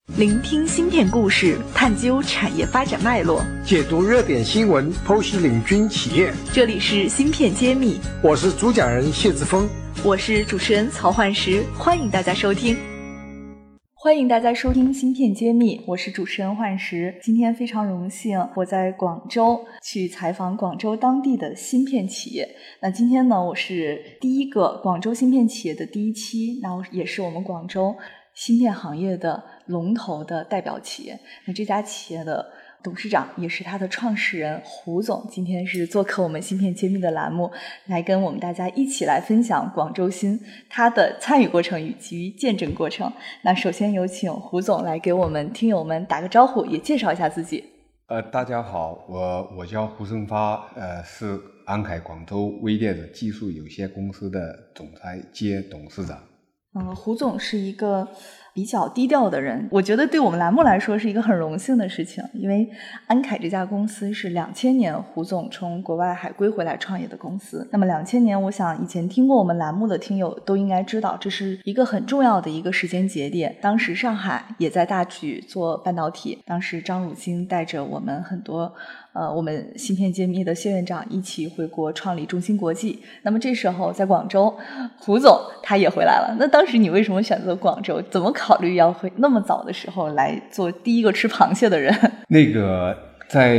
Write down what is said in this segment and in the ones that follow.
聆听芯片故事，探究产业发展脉络， 解读热点新闻，剖析领军企业。 这里是芯片揭秘， 我是主讲人谢志峰， 我是主持人曹焕石，欢迎大家收听。 欢迎大家收听芯片揭秘，我是主持人焕石。今天非常荣幸，我在广州去采访广州当地的芯片企业。那今天呢，我是第一个广州芯片企业的第一期，那也是我们广州芯片行业的龙头的代表企业。那这家企业的董事长也是他的创始人胡总，今天是做客我们芯片揭秘的栏目，来跟我们大家一起来分享广州芯它的参与过程以及见证过程。那首先有请胡总来给我们听友们打个招呼，也介绍一下自己。 大家好，我叫胡胜发，是安凯广州微电子技术有限公司的总裁兼董事长。 胡总是一个比较低调的人，我觉得对我们栏目来说是一个很荣幸的事情，因为安凯这家公司是2000年胡总从国外海归回来创业的公司。那么2000年，我想以前听过我们栏目的听友都应该知道，这是一个很重要的一个时间节点。当时上海也在大举做半导体，当时张汝京带着我们很多我们芯片揭秘的谢院长一起回国创立中芯国际。那么这时候在广州，胡总他也回来了。那当时你为什么选择广州？怎么考虑要回那么早的时候来做第一个吃螃蟹的人？ 那个在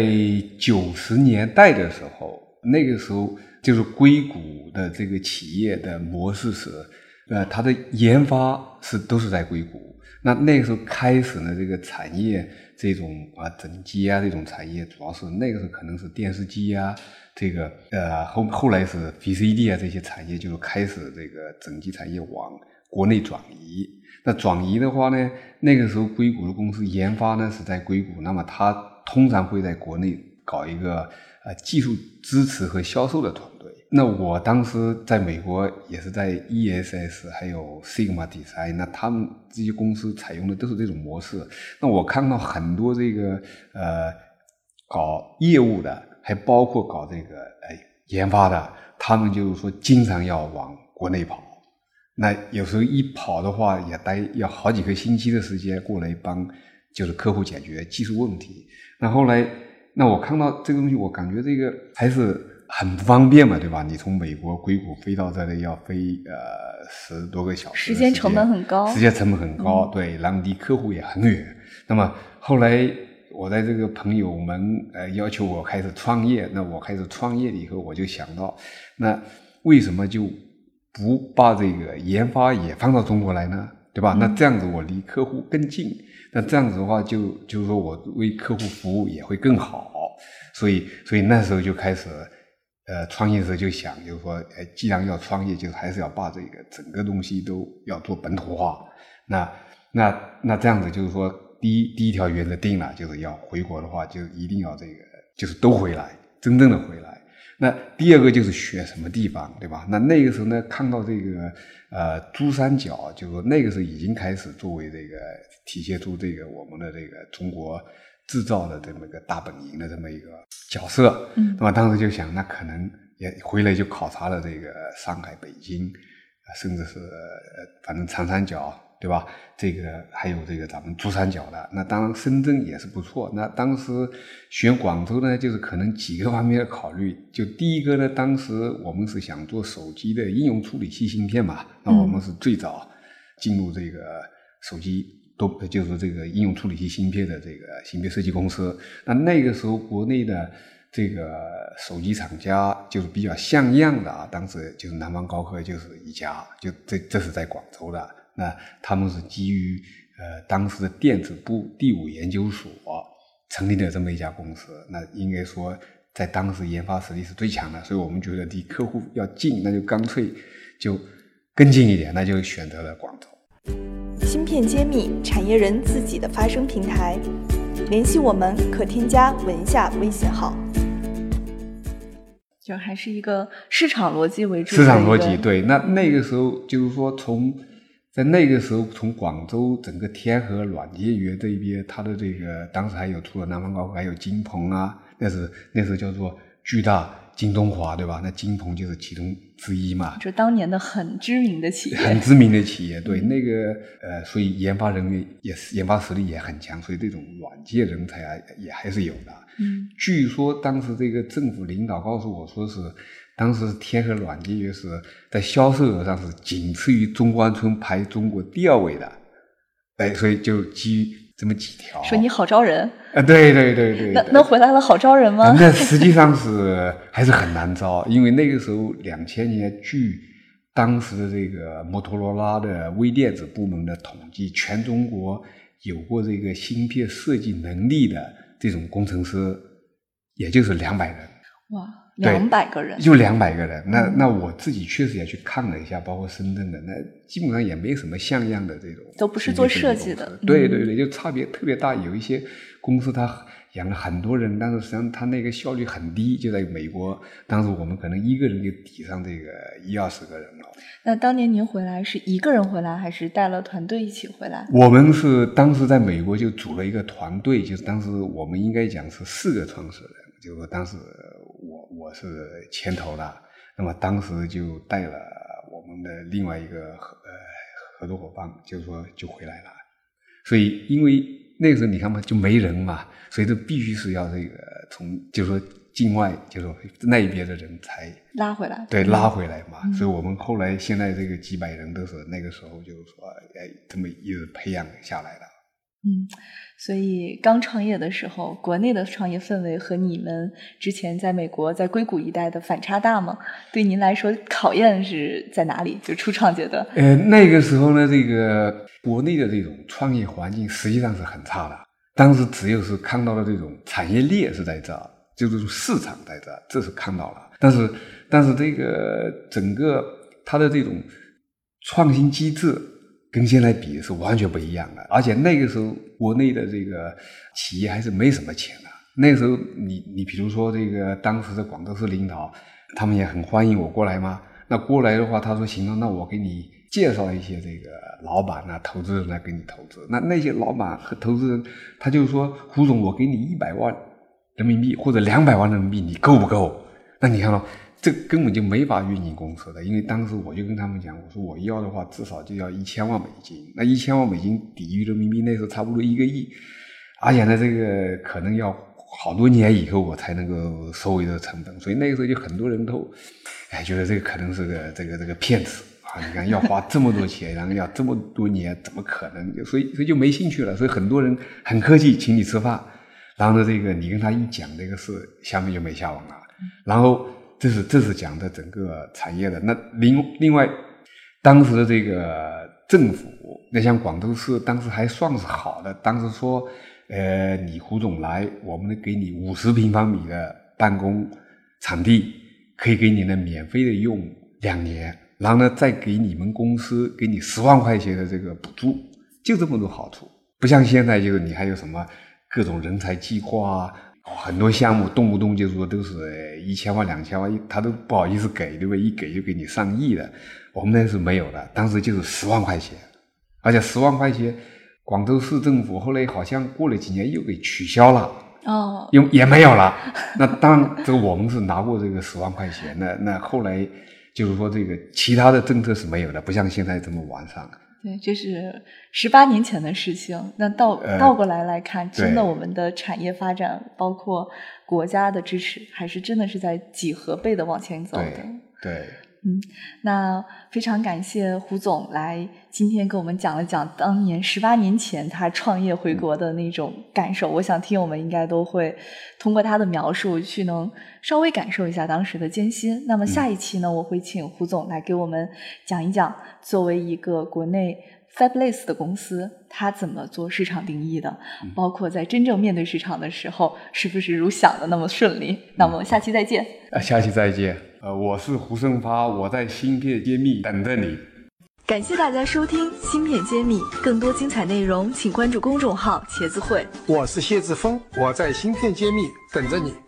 90年代的时候，那个时候就是硅谷的这个企业的模式是，它的研发都是在硅谷。那个时候开始呢，这个产业这种整机这种产业，主要是那个时候可能是电视机这个后来是 VCD 这些产业就开始这个整机产业往国内转移。那转移的话呢，那个时候硅谷的公司研发呢是在硅谷，那么它通常会在国内搞一个技术支持和销售的团队。那我当时在美国也是在 ESS 还有 Sigma Design， 那他们这些公司采用的都是这种模式。那我看到很多这个搞业务的，还包括搞这个研发的，他们就是说经常要往国内跑。那有时候一跑的话也要好几个星期的时间过来帮就是客户解决技术问题。那后来那我看到这个东西，我感觉这个还是很不方便嘛，对吧？你从美国硅谷飞到这里要飞10多个小时， 时间成本很高， 对，然后离客户也很远。那么后来我在这个朋友们要求我开始创业，那我开始创业以后，我就想到，那为什么就不把这个研发也放到中国来呢？对吧？那这样子我离客户更近，那这样子的话就是说我为客户服务也会更好。所以那时候就开始创业的时候就想，就是说既然要创业，就还是要把这个整个东西都要做本土化。那这样子就是说第一条原则定了，就是要回国的话就一定要这个就是都回来，真正的回来。那第二个就是选什么地方，对吧？那个时候呢，看到这个珠三角，就是说那个时候已经开始作为这个体现出这个我们的这个中国制造的这么一个大本营的这么一个角色。那么当时就想，那可能也回来就考察了这个上海、北京，甚至是反正长三角，对吧？这个还有这个咱们珠三角的，那当然深圳也是不错。那当时选广州呢，就是可能几个方面的考虑。就第一个呢，当时我们是想做手机的应用处理器芯片嘛，那我们是最早进入这个手机就是这个应用处理器芯片的这个芯片设计公司。那个时候国内的这个手机厂家就是比较像样的当时就是南方高科就是一家，就这是在广州的。那他们是基于当时的电子部第5研究所成立的这么一家公司，那应该说在当时研发实力是最强的，所以我们觉得离客户要近，那就干脆就更近一点，那就选择了广州。 芯片揭秘，产业人自己的发声平台，联系我们可添加文下微信号。 就还是一个市场逻辑为主。 市场逻辑，对。那个时候就是说在那个时候，从广州整个天河软件园这一边，它的这个当时还有除了南方高科，还有金鹏那时候叫做巨大京东华，对吧？那金鹏就是其中之一嘛， 就当年的很知名的企业， 很知名的企业。对，那个所以研发人员也是研发实力也很强，所以这种软件人才啊也还是有的。据说当时这个政府领导告诉我说是，当时天河软件是在销售额上是仅次于中关村排中国第2位的。所以就基于这么几条， 说你好招人对。 那回来了好招人吗？ 那实际上是还是很难招，因为那个时候2000年，据当时的这个摩托罗拉的微电子部门的统计，全中国有过这个芯片设计能力的这种工程师，也就是200人。 哇，200个人， 就200个人。那我自己确实也去看了一下，包括深圳的，那基本上也没什么像样的这种， 都不是做设计的。 对，就差别特别大。有一些公司它养了很多人，但是实际上它那个效率很低。就在美国，当时我们可能1个人就抵上这个10-20个人了。 那当年您回来是1个人回来，还是带了团队一起回来？ 我们是当时在美国就组了一个团队，就是当时我们应该讲是4个创始人，就是说当时我是牵头的，那么当时就带了我们的另外一个合作伙伴，就是说就回来了。所以因为那个时候你看嘛，就没人嘛，所以这必须是要这个从就是说境外就是说那一边的人才拉回来， 对，拉回来嘛。所以我们后来现在这个几百人都是那个时候就是说这么一直培养下来的。 所以刚创业的时候，国内的创业氛围和你们之前在美国在硅谷一带的反差大吗？对您来说考验是在哪里？就初创阶段。 那个时候呢，这个国内的这种创业环境实际上是很差的。当时只有是看到了这种产业链是在这儿，就是市场在这儿，这是看到了。但是这个整个它的这种创新机制跟现在比是完全不一样的，而且那个时候国内的这个企业还是没什么钱的。那个时候你比如说这个当时的广州市领导，他们也很欢迎我过来嘛。那过来的话，他说行了，那我给你介绍一些这个老板啊、投资人来给你投资。那些老板和投资人，他就说胡总，我给你100万人民币或者200万人民币，你够不够？那你看到。这根本就没法运营公司的，因为当时我就跟他们讲，我说我要的话至少就要1000万美金，那1000万美金抵御人民币那时候差不多1个亿，而且呢这个可能要好多年以后我才能够收回这个成本，所以那个时候就很多人都觉得这个可能是个这个骗子啊！你看要花这么多钱，然后要这么多年，怎么可能？所以就没兴趣了。所以很多人很客气请你吃饭，然后呢这个你跟他一讲这个事，下面就没下文了，然后。这是讲的整个产业的。那另外，当时的这个政府，那像广州市当时还算是好的，当时说，你胡总来，我们给你50平方米的办公场地，可以给你呢免费的用2年，然后呢再给你们公司给你10万块钱的这个补助，就这么多好处。不像现在就是你还有什么各种人才计划啊。很多项目动不动就说都是1000万2000万，他都不好意思给，对吧？一给就给你上亿的，我们那是没有的，当时就是10万块钱，而且10万块钱，广州市政府后来好像过了几年又给取消了，也没有了。那当然，这个我们是拿过这个10万块钱，那后来就是说这个其他的政策是没有的，不像现在这么完善。 对，这是18年前的事情。那倒过来看，真的我们的产业发展，包括国家的支持，还是真的是在几何倍的往前走的。 对。 那非常感谢胡总来今天跟我们讲了讲当年18年前他创业回国的那种感受。我想听我们应该都会通过他的描述去能稍微感受一下当时的艰辛。那么下一期呢，我会请胡总来给我们讲一讲作为一个国内 Fabless 的公司，他怎么做市场定义的，包括在真正面对市场的时候是不是如想的那么顺利。那么下期再见。 下期再见。我是胡胜发，我在芯片揭秘等着你。 感谢大家收听芯片揭秘，更多精彩内容请关注公众号茄子会。 我是谢志峰，我在芯片揭秘等着你。